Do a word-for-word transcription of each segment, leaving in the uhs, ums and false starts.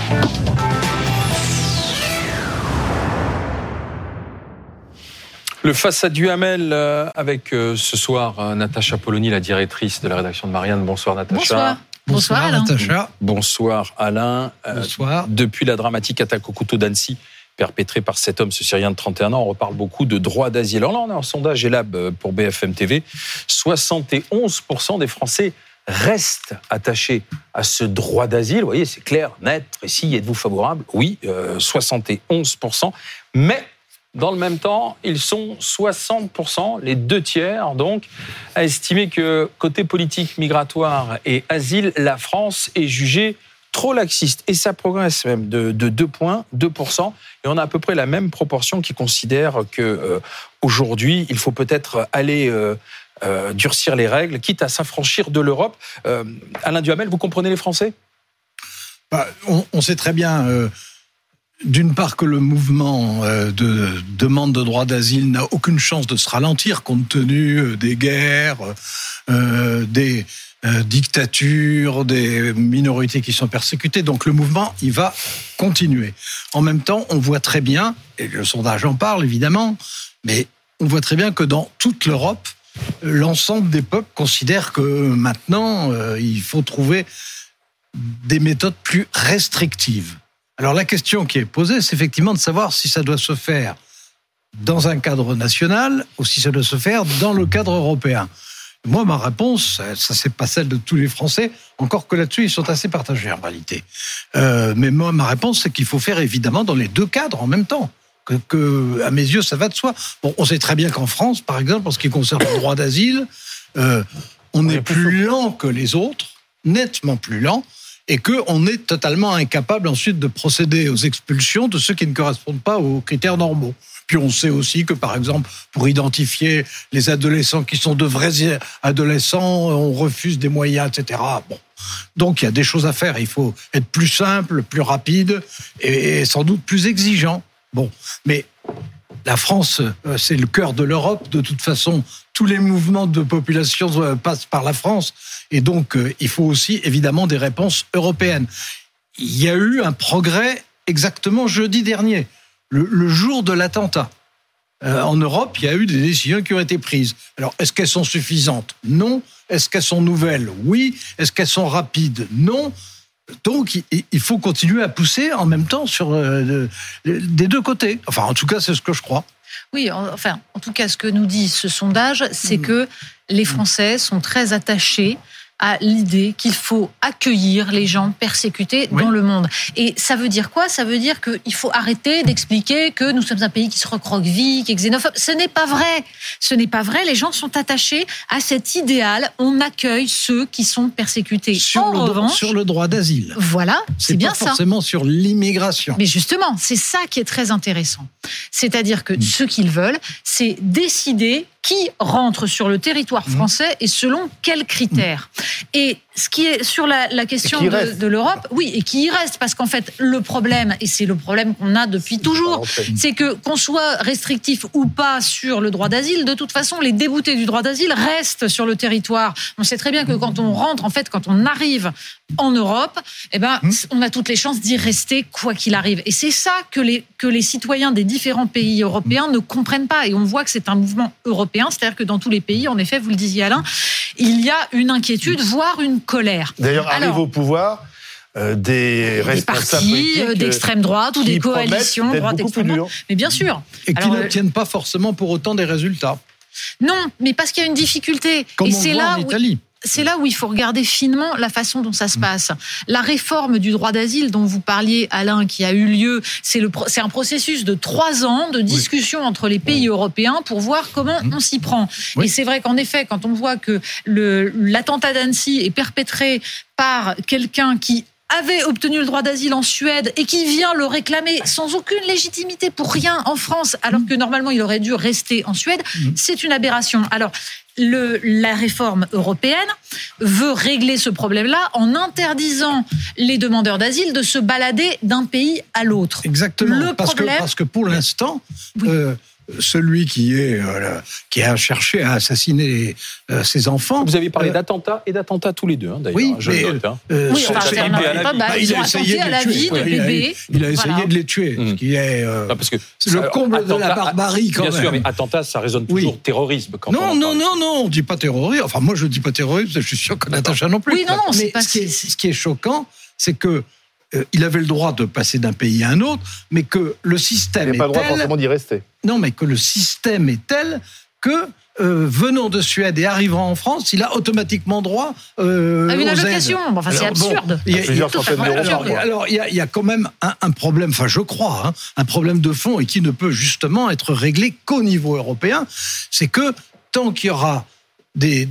Le Face à Duhamel avec euh, ce soir euh, Natacha Polony, la directrice de la rédaction de Marianne. Bonsoir Natacha. Bonsoir. Bonsoir, Bonsoir Alain. Natacha. Bonsoir Alain. Euh, Bonsoir. Depuis la dramatique attaque au couteau d'Annecy perpétrée par cet homme, ce Syrien de trente et un ans, on reparle beaucoup de droit d'asile. Alors là, on a un sondage Elab pour B F M T V. soixante et onze pour cent des Français restent attachés à ce droit d'asile. Vous voyez, c'est clair, net, précis. Êtes-vous favorable ? Oui, euh, soixante et onze pour cent. Mais dans le même temps, ils sont soixante pour cent, les deux tiers, donc, à estimer que côté politique, migratoire et asile, la France est jugée trop laxiste. Et ça progresse même de, de deux points, deux pour cent. Et on a à peu près la même proportion qui considère que euh, aujourd'hui, il faut peut-être aller euh, euh, durcir les règles, quitte à s'affranchir de l'Europe. Euh, Alain Duhamel, vous comprenez les Français ? Bah, on, on sait très bien... Euh... D'une part que le mouvement de demande de droit d'asile n'a aucune chance de se ralentir compte tenu des guerres, euh, des euh, dictatures, des minorités qui sont persécutées. Donc le mouvement, il va continuer. En même temps, on voit très bien, et le sondage en parle évidemment, mais on voit très bien que dans toute l'Europe, l'ensemble des peuples considèrent que maintenant, euh, il faut trouver des méthodes plus restrictives. Alors la question qui est posée, c'est effectivement de savoir si ça doit se faire dans un cadre national ou si ça doit se faire dans le cadre européen. Moi, ma réponse, ça c'est pas celle de tous les Français, encore que là-dessus ils sont assez partagés en réalité. Euh, mais moi, ma réponse, c'est qu'il faut faire évidemment dans les deux cadres en même temps. Que, que à mes yeux, ça va de soi. Bon, on sait très bien qu'en France, par exemple, en ce qui concerne le droit d'asile, euh, on est plus lent que les autres, nettement plus lent. Et qu'on est totalement incapable ensuite de procéder aux expulsions de ceux qui ne correspondent pas aux critères normaux. Puis on sait aussi que, par exemple, pour identifier les adolescents qui sont de vrais adolescents, on refuse des moyens, et cetera. Bon. Donc il y a des choses à faire. Il faut être plus simple, plus rapide et sans doute plus exigeant. Bon, mais la France, c'est le cœur de l'Europe. De toute façon, tous les mouvements de population passent par la France. Et donc, il faut aussi, évidemment, des réponses européennes. Il y a eu un progrès exactement jeudi dernier, le, le jour de l'attentat. Euh, en Europe, il y a eu des décisions qui ont été prises. Alors, est-ce qu'elles sont suffisantes ? Non. Est-ce qu'elles sont nouvelles ? Oui. Est-ce qu'elles sont rapides ? Non. Donc, il faut continuer à pousser en même temps sur euh, des deux côtés. Enfin, en tout cas, c'est ce que je crois. Oui, enfin, en tout cas, ce que nous dit ce sondage, c'est mmh. que les Français sont très attachés à l'idée qu'il faut accueillir les gens persécutés oui. dans le monde. Et ça veut dire quoi ? Ça veut dire qu'il faut arrêter d'expliquer que nous sommes un pays qui se recroqueville, qui est xénophobe. Ce n'est pas vrai. Ce n'est pas vrai. Les gens sont attachés à cet idéal. On accueille ceux qui sont persécutés. Sur, en le, revanche, sur le droit d'asile. Voilà, c'est, c'est bien ça. C'est pas forcément sur l'immigration. Mais justement, c'est ça qui est très intéressant. C'est-à-dire que mmh. ce qu'ils veulent, c'est décider qui rentre sur le territoire français et selon quels critères. Et ce qui est sur la, la question de, de l'Europe, oui, et qui y reste, parce qu'en fait, le problème, et c'est le problème qu'on a depuis toujours, c'est que qu'on soit restrictif ou pas sur le droit d'asile, de toute façon, les déboutés du droit d'asile restent sur le territoire. On sait très bien que quand on rentre, en fait, quand on arrive en Europe, eh ben, on a toutes les chances d'y rester quoi qu'il arrive. Et c'est ça que les, que les citoyens des différents pays européens ne comprennent pas. Et on voit que c'est un mouvement européen, c'est-à-dire que dans tous les pays, en effet, vous le disiez Alain, il y a une inquiétude, voire une colère. D'ailleurs, arrive au pouvoir euh, des responsables des partis politiques d'extrême droite ou des coalitions droite extrême droite. Mais bien sûr. Et qui Alors, n'obtiennent pas forcément pour autant des résultats. Non, mais parce qu'il y a une difficulté. Comme et on c'est voit là en où... Italie. C'est là où il faut regarder finement la façon dont ça se passe. La réforme du droit d'asile dont vous parliez, Alain, qui a eu lieu, c'est, le, c'est un processus de trois ans de discussion oui. entre les pays européens pour voir comment mmh. on s'y prend. Oui. Et c'est vrai qu'en effet, quand on voit que le, l'attentat d'Annecy est perpétré par quelqu'un qui avait obtenu le droit d'asile en Suède et qui vient le réclamer sans aucune légitimité pour rien en France, alors que normalement il aurait dû rester en Suède, c'est une aberration. Alors, le, la réforme européenne veut régler ce problème-là en interdisant les demandeurs d'asile de se balader d'un pays à l'autre. Exactement, le parce, problème... que, parce que pour l'instant... Oui. Euh, celui qui est euh, qui a cherché à assassiner euh, ses enfants. Vous avez parlé euh, d'attentats et d'attentats tous les deux, hein, d'ailleurs. Oui, je mais, note. Hein. Euh, oui, enfin, c'est, c'est un attentat, bah, ils ont attenté à la vie de bébés. Il a, il a essayé voilà. de les tuer, mmh. ce qui est euh, non, parce que c'est le comble attentat, de la barbarie quand bien même. Bien sûr, mais attentat, ça résonne toujours oui. terrorisme. Quand non, on non, non, non, on dit pas terrorisme. Enfin, moi, je dis pas terrorisme, je suis sûr que Natacha non plus. Oui, non, non, mais c'est pas ce qui est, ce qui est choquant, c'est que euh, il avait le droit de passer d'un pays à un autre, mais que le système il est pas le droit tel, forcément d'y rester. Non, mais que le système est tel que euh, venant de Suède et arrivant en France, il a automatiquement droit euh, à une aux allocation. aides. Enfin, c'est alors, absurde. Bon, il y a, plusieurs il y a, centaines d'euros alors, par mois. alors, il y a, il y a quand même un, un problème, enfin, je crois, hein, un problème de fond et qui ne peut justement être réglé qu'au niveau européen. C'est que tant qu'il y aura des,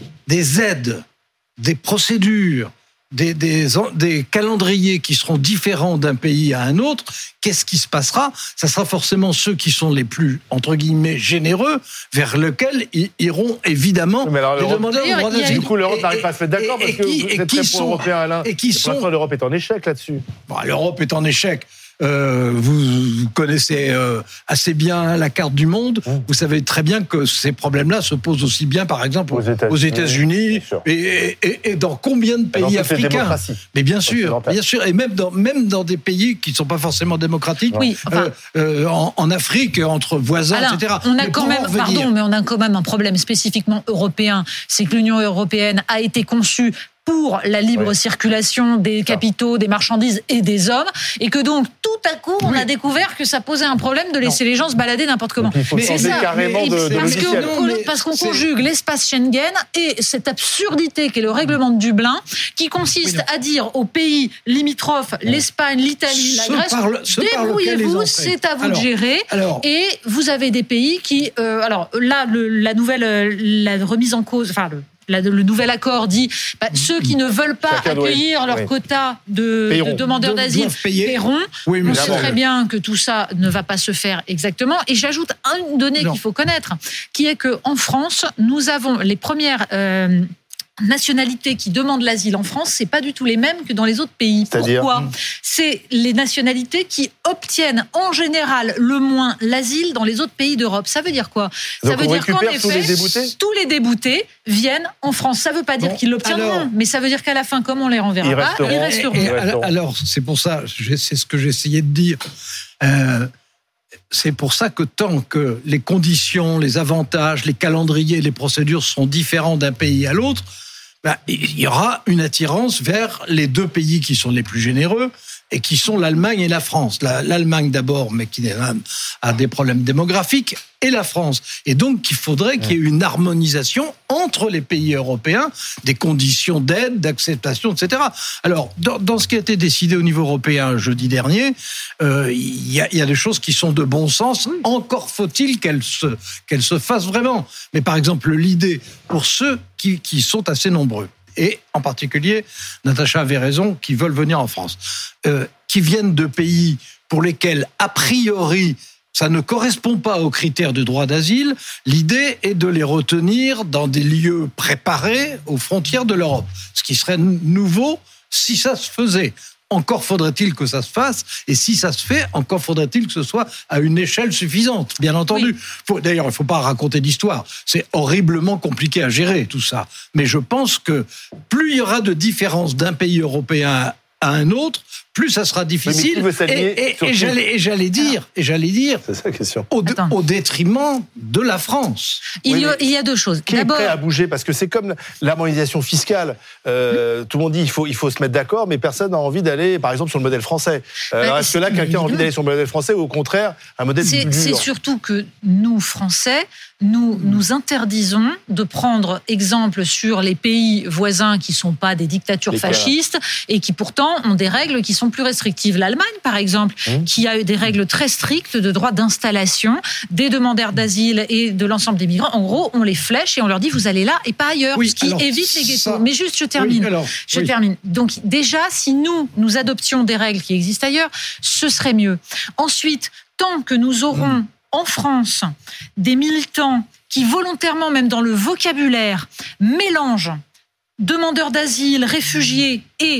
des aides, des procédures, Des, des, des calendriers qui seront différents d'un pays à un autre, qu'est-ce qui se passera ? Ça sera forcément ceux qui sont les plus, entre guillemets, généreux, vers lesquels iront évidemment mais alors, les demandeurs de droits d'asile. Du coup, l'Europe n'arrive pas à se mettre d'accord parce que qui, vous êtes très pro-européen, Alain. Et qui sont... L'Europe est en échec là-dessus. Bon, l'Europe est en échec. Euh, vous connaissez euh, assez bien la carte du monde. Mmh. Vous savez très bien que ces problèmes-là se posent aussi bien, par exemple, aux États-Unis, aux États-Unis et, et, et dans combien de pays dans africains. Mais bien sûr, bien sûr, et même dans même dans des pays qui ne sont pas forcément démocratiques. Oui, enfin, euh, euh, en, en Afrique, entre voisins, Alain, et cetera. On a mais quand même, pardon, mais on a quand même un problème spécifiquement européen, c'est que l'Union européenne a été conçue pour la libre oui. circulation des capitaux, des marchandises et des hommes, et que donc tout à coup on oui. a découvert que ça posait un problème de laisser non. les gens se balader n'importe comment. Il faut mais c'est ça, carrément mais, de, de parce, que, non, mais parce qu'on conjugue l'espace Schengen et cette absurdité qu'est le règlement de Dublin, qui consiste oui, à dire aux pays limitrophes, oui. l'Espagne, l'Italie, la Grèce, parle, débrouillez-vous, c'est à vous alors, de gérer. Alors, et vous avez des pays qui, euh, alors là, le, la nouvelle, la remise en cause, enfin le La, le nouvel accord dit bah, ceux qui ne veulent pas Chacun accueillir doit... leur oui. quota de, de demandeurs de, d'asile paieront. Oui, on sait très bien que tout ça ne va pas se faire exactement. Et j'ajoute une donnée non. qu'il faut connaître, qui est qu'en France, nous avons les premières... Euh, nationalités qui demandent l'asile en France, c'est pas du tout les mêmes que dans les autres pays. C'est-à-dire Pourquoi ? C'est les nationalités qui obtiennent en général le moins l'asile dans les autres pays d'Europe. Ça veut dire quoi ? Donc Ça veut on dire qu'en tous effet, les déboutés tous les déboutés viennent en France. Ça veut pas dire bon, qu'ils l'obtiendront, alors, mais ça veut dire qu'à la fin, comme on les renverra ils pas, resteront. ils resteront. Et, et, alors, alors, c'est pour ça, c'est ce que j'essayais de dire. Euh, C'est pour ça que tant que les conditions, les avantages, les calendriers, les procédures sont différents d'un pays à l'autre, ben, il y aura une attirance vers les deux pays qui sont les plus généreux et qui sont l'Allemagne et la France. La, L'Allemagne d'abord, mais qui a, a des problèmes démographiques, et la France. Et donc, il faudrait qu'il y ait une harmonisation entre les pays européens, des conditions d'aide, d'acceptation, et cetera. Alors, dans, dans ce qui a été décidé au niveau européen jeudi dernier, euh, il y a, il y a des choses qui sont de bon sens. Encore faut-il qu'elles se, qu'elles se fassent vraiment. Mais par exemple, l'idée pour ceux qui, qui sont assez nombreux, et en particulier, Natacha avait raison, qui veulent venir en France, euh, qui viennent de pays pour lesquels, a priori, ça ne correspond pas aux critères de droit d'asile. L'idée est de les retenir dans des lieux préparés aux frontières de l'Europe. Ce qui serait nouveau si ça se faisait. Encore faudrait-il que ça se fasse, et si ça se fait, encore faudrait-il que ce soit à une échelle suffisante, bien entendu. Oui. Faut, d'ailleurs, il ne faut pas raconter d'histoire. C'est horriblement compliqué à gérer, tout ça. Mais je pense que plus il y aura de différences d'un pays européen à un autre, plus ça sera difficile. Oui, et, et, et, j'allais, et j'allais dire, et j'allais dire, c'est ça la question. Au, au détriment de la France. Il, oui, y a, il y a deux choses. Qui D'abord, est prêt à bouger, parce que c'est comme l'harmonisation fiscale. Euh, tout le monde dit il faut il faut se mettre d'accord, mais personne n'a envie d'aller, par exemple, sur le modèle français. Euh, bah, est-ce que là, quelqu'un a envie d'aller sur le modèle français ou au contraire un modèle c'est, plus dur ? C'est surtout que nous, Français, nous nous interdisons de prendre exemple sur les pays voisins qui sont pas des dictatures les fascistes cas. Et qui pourtant ont des règles qui sont plus restrictives. L'Allemagne, par exemple, mmh. qui a eu des règles très strictes de droit d'installation des demandeurs d'asile et de l'ensemble des migrants. En gros, on les flèche et on leur dit vous allez là et pas ailleurs, oui, ce qui alors, évite les ghettos. Ça... Mais juste, je termine. Oui, alors, je oui. termine. Donc déjà, si nous nous adoptions des règles qui existent ailleurs, ce serait mieux. Ensuite, tant que nous aurons mmh. en France des militants qui volontairement, même dans le vocabulaire, mélangent demandeurs d'asile, réfugiés et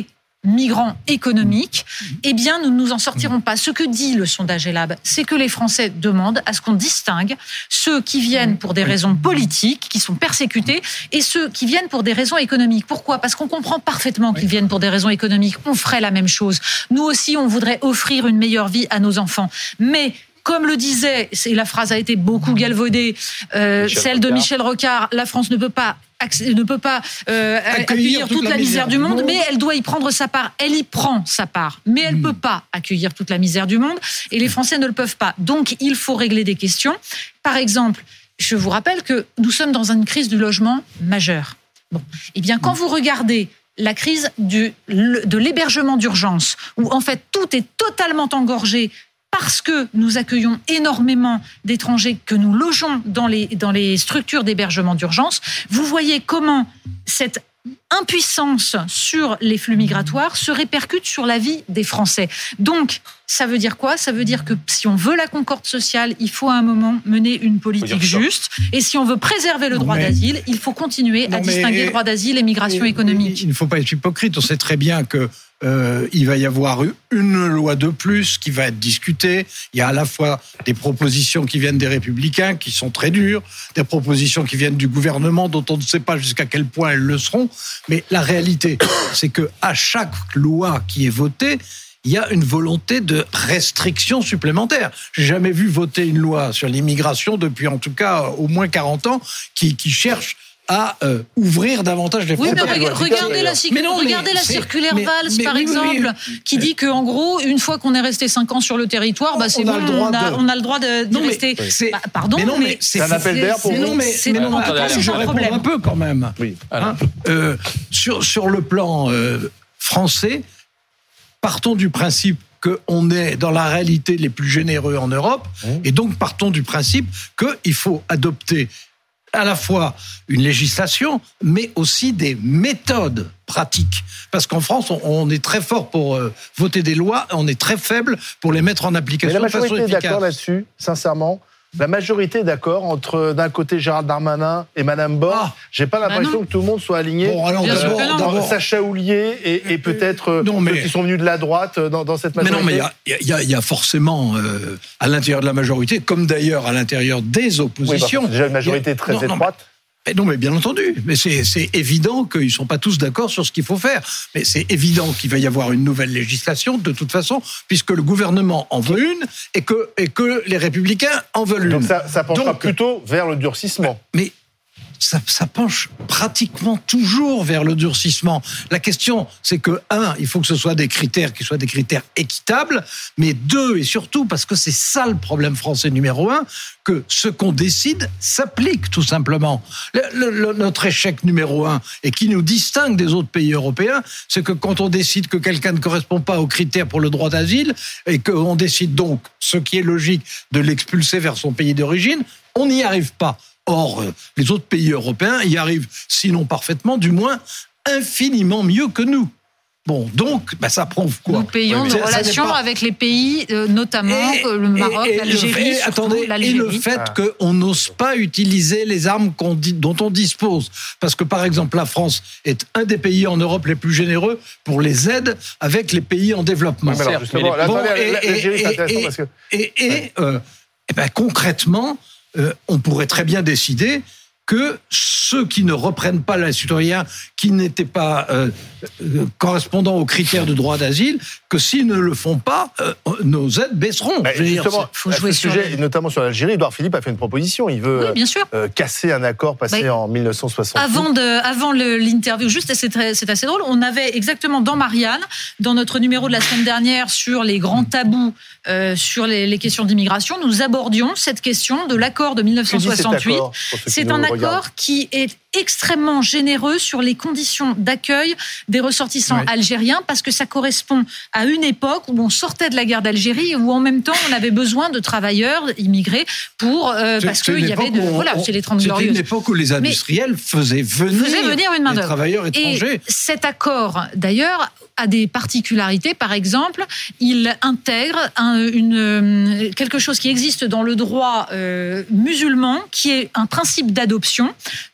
migrants économiques, eh bien, nous ne nous en sortirons pas. Ce que dit le sondage Elabe, c'est que les Français demandent à ce qu'on distingue ceux qui viennent pour des raisons politiques, qui sont persécutés, et ceux qui viennent pour des raisons économiques. Pourquoi ? Parce qu'on comprend parfaitement qu'ils viennent pour des raisons économiques. On ferait la même chose. Nous aussi, on voudrait offrir une meilleure vie à nos enfants. Mais comme le disait, et la phrase a été beaucoup galvaudée, euh, celle Rocard. de Michel Rocard, la France ne peut pas ne peut pas euh, accueillir, accueillir toute, toute la, la misère, misère du monde, monde, mais elle doit y prendre sa part. Elle y prend sa part, mais elle ne mmh. peut pas accueillir toute la misère du monde, et les Français ne le peuvent pas. Donc, il faut régler des questions. Par exemple, je vous rappelle que nous sommes dans une crise du logement majeure. Bon, eh bien, quand mmh. vous regardez la crise du, de l'hébergement d'urgence, où en fait tout est totalement engorgé, parce que nous accueillons énormément d'étrangers que nous logeons dans les, dans les structures d'hébergement d'urgence, vous voyez comment cette impuissance sur les flux migratoires se répercute sur la vie des Français. Donc, ça veut dire quoi ? Ça veut dire que si on veut la concorde sociale, il faut à un moment mener une politique juste. Et si on veut préserver le droit mais... d'asile, il faut continuer non à mais... distinguer le droit d'asile et migration mais... économique. Il ne faut pas être hypocrite. On sait très bien que Euh, il va y avoir une loi de plus qui va être discutée. Il y a à la fois des propositions qui viennent des Républicains, qui sont très dures, des propositions qui viennent du gouvernement, dont on ne sait pas jusqu'à quel point elles le seront. Mais la réalité, c'est que à chaque loi qui est votée, il y a une volonté de restriction supplémentaire. J'ai jamais vu voter une loi sur l'immigration depuis en tout cas au moins quarante ans qui, qui cherche à euh, ouvrir davantage les frontières. Oui, mais regardez la, mais non, regardez mais la circulaire mais, Valls, mais, par oui, exemple, oui, oui. qui dit qu'en gros, une fois qu'on est resté cinq ans sur le territoire, bah, c'est on, bon, a on, a, de... on a le droit de, de non, rester. Bah, pardon, mais, non, mais c'est un appel d'air pour vous. C'est non, mais je réponds un peu quand même. Oui. Hein, euh, sur, sur le plan euh, français, partons du principe qu'on est dans la réalité les plus généreux en Europe, mmh. et donc partons du principe qu'il faut adopter à la fois une législation, mais aussi des méthodes pratiques. Parce qu'en France, on est très fort pour euh, voter des lois, on est très faible pour les mettre en application de façon efficace. Mais la majorité est d'accord là-dessus, sincèrement. La majorité est d'accord entre, d'un côté, Gérald Darmanin et Madame Borne. Ah, J'ai pas l'impression bah que tout le monde soit aligné. Bon, alors, d'abord, euh, d'abord, Sacha Houlier et, et peut-être non, mais, ceux qui sont venus de la droite dans, dans cette majorité. Mais non, mais il y, y, y a forcément, euh, à l'intérieur de la majorité, comme d'ailleurs à l'intérieur des oppositions... Oui, bah, déjà une majorité a, très non, étroite. Non, mais, Non, mais bien entendu. Mais c'est, c'est évident qu'ils ne sont pas tous d'accord sur ce qu'il faut faire. Mais c'est évident qu'il va y avoir une nouvelle législation, de toute façon, puisque le gouvernement en veut une et que, et que les Républicains en veulent une. Donc ça, ça penchera Donc, plutôt vers le durcissement. Mais ça, ça penche pratiquement toujours vers le durcissement. La question, c'est que, un, il faut que ce soit des critères qui soient des critères équitables, mais deux, et surtout, parce que c'est ça le problème français numéro un, que ce qu'on décide s'applique tout simplement. Le, le, le, notre échec numéro un, et qui nous distingue des autres pays européens, c'est que quand on décide que quelqu'un ne correspond pas aux critères pour le droit d'asile, et qu'on décide donc, ce qui est logique, de l'expulser vers son pays d'origine, on n'y arrive pas. Or, les autres pays européens y arrivent, sinon parfaitement, du moins infiniment mieux que nous. Bon, donc, bah, ça prouve quoi ? Nous payons nos relations pas... avec les pays, euh, notamment et, le Maroc, et, et l'Algérie, et, attendez, l'Algérie. Et le fait ah. qu'on n'ose pas utiliser les armes qu'on dit, dont on dispose. Parce que, par exemple, la France est un des pays en Europe les plus généreux pour les aides avec les pays en développement. Oui, alors, justement, là, bon, attendez, et, l'Algérie, c'est intéressant parce que... Et, et, ouais. euh, et ben, concrètement... Euh, on pourrait très bien décider que ceux qui ne reprennent pas les citoyens qui n'étaient pas euh, euh, correspondant aux critères de droit d'asile, que s'ils ne le font pas, euh, nos aides baisseront. Bah, justement, dire, faut jouer sur sujet, les... notamment sur l'Algérie, Édouard Philippe a fait une proposition. Il veut oui, euh, casser un accord passé bah, en dix-neuf cent soixante. Avant, de, avant le, l'interview, juste, c'est, très, c'est assez drôle, on avait exactement dans Marianne, dans notre numéro de la semaine dernière sur les grands tabous euh, sur les, les questions d'immigration, nous abordions cette question de l'accord de dix-neuf cent soixante-huit. Accord, c'est un accord qui est extrêmement généreux sur les conditions d'accueil des ressortissants oui. algériens, parce que ça correspond à une époque où on sortait de la guerre d'Algérie et où en même temps on avait besoin de travailleurs immigrés pour euh, parce qu'il y avait de on, voilà c'est les trente glorieuses. C'était une époque où les industriels Mais faisaient venir, faisaient venir une main des travailleurs étrangers. Et cet accord d'ailleurs a des particularités. Par exemple, il intègre un, une, quelque chose qui existe dans le droit euh, musulman, qui est un principe d'adoption. Donc en gros,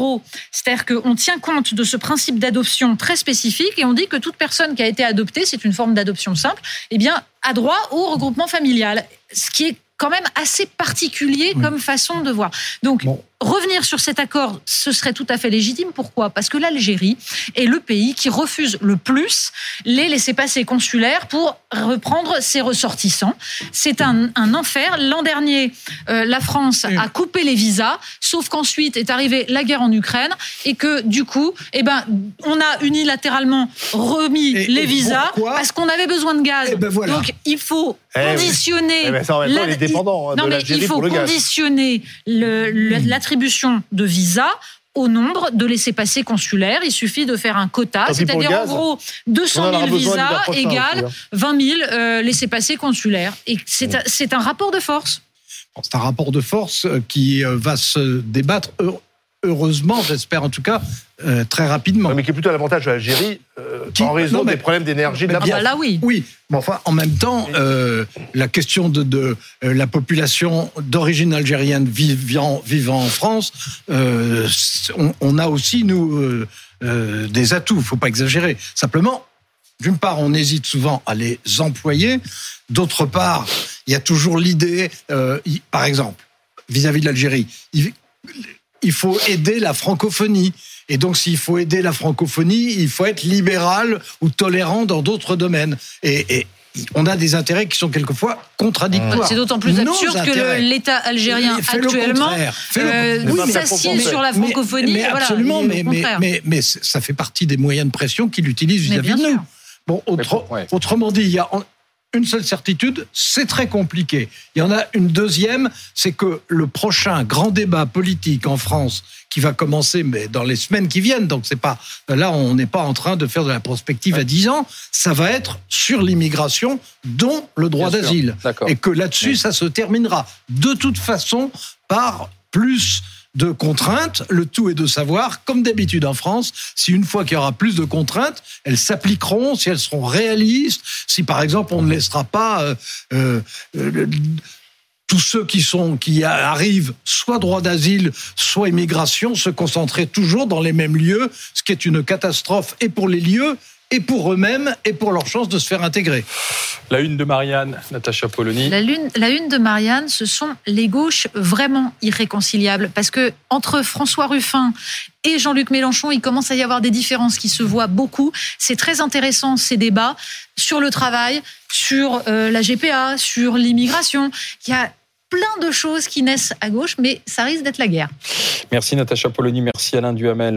gros, c'est-à-dire qu'on tient compte de ce principe d'adoption très spécifique et on dit que toute personne qui a été adoptée, c'est une forme d'adoption simple, eh bien, a droit au regroupement familial, ce qui est quand même assez particulier oui. comme façon de voir. Donc, bon. revenir sur cet accord, ce serait tout à fait légitime. Pourquoi ? Parce que l'Algérie est le pays qui refuse le plus les laissez-passer consulaires pour reprendre ses ressortissants. C'est un, un enfer. L'an dernier, euh, la France oui. a coupé les visas, sauf qu'ensuite est arrivée la guerre en Ukraine et que, du coup, eh ben, on a unilatéralement remis et, les et visas parce qu'on avait besoin de gaz. Ben voilà. Donc, il faut eh conditionner... Eh ben ça, en même temps, il est dépendant non, de mais l'Algérie il faut pour le gaz. conditionner le, le, l'attribution de visas au nombre de laissez-passer consulaires. Il suffit de faire un quota, c'est-à-dire en gros deux cent mille visas égale vingt mille euh, laissez-passer consulaires. Et c'est, mmh. c'est un rapport de force. C'est un rapport de force qui va se débattre, heureusement, j'espère en tout cas, euh, très rapidement. Mais qui est plutôt à l'avantage de l'Algérie euh, qui, en raison non, mais, des problèmes d'énergie de la ah bah là, oui. Oui, mais enfin, en même temps, euh, la question de, de euh, la population d'origine algérienne vivant, vivant en France, euh, on, on a aussi, nous, euh, euh, des atouts, il ne faut pas exagérer. Simplement, d'une part, on hésite souvent à les employer. D'autre part, il y a toujours l'idée, euh, par exemple, vis-à-vis de l'Algérie, il, il faut aider la francophonie. Et donc, s'il faut aider la francophonie, il faut être libéral ou tolérant dans d'autres domaines. Et, et on a des intérêts qui sont quelquefois contradictoires. C'est d'autant plus absurde que le, l'État algérien actuellement euh, oui, s'assied sur la francophonie. Mais, mais voilà, absolument, mais, mais, mais, mais ça fait partie des moyens de pression qu'il utilise vis-à-vis de nous. Bon, autre, ouais. Autrement dit, il y a une seule certitude, c'est très compliqué. Il y en a une deuxième, c'est que le prochain grand débat politique en France qui va commencer mais dans les semaines qui viennent, donc c'est pas là on n'est pas en train de faire de la prospective ouais. à dix ans, ça va être sur l'immigration, dont le droit Bien d'asile. Et que là-dessus, oui. ça se terminera de toute façon par plus de contraintes. Le tout est de savoir, comme d'habitude en France, si une fois qu'il y aura plus de contraintes, elles s'appliqueront, si elles seront réalistes, si par exemple on ne laissera pas euh, euh, euh, tous ceux qui sont qui arrivent, soit droit d'asile, soit immigration, se concentrer toujours dans les mêmes lieux, ce qui est une catastrophe et pour les lieux, et pour eux-mêmes, et pour leur chance de se faire intégrer. La une de Marianne, Natacha Polony. La, lune, la une de Marianne, ce sont les gauches vraiment irréconciliables. Parce que entre François Ruffin et Jean-Luc Mélenchon, il commence à y avoir des différences qui se voient beaucoup. C'est très intéressant, ces débats sur le travail, sur euh, la G P A, sur l'immigration. Il y a plein de choses qui naissent à gauche, mais ça risque d'être la guerre. Merci Natacha Polony, merci Alain Duhamel.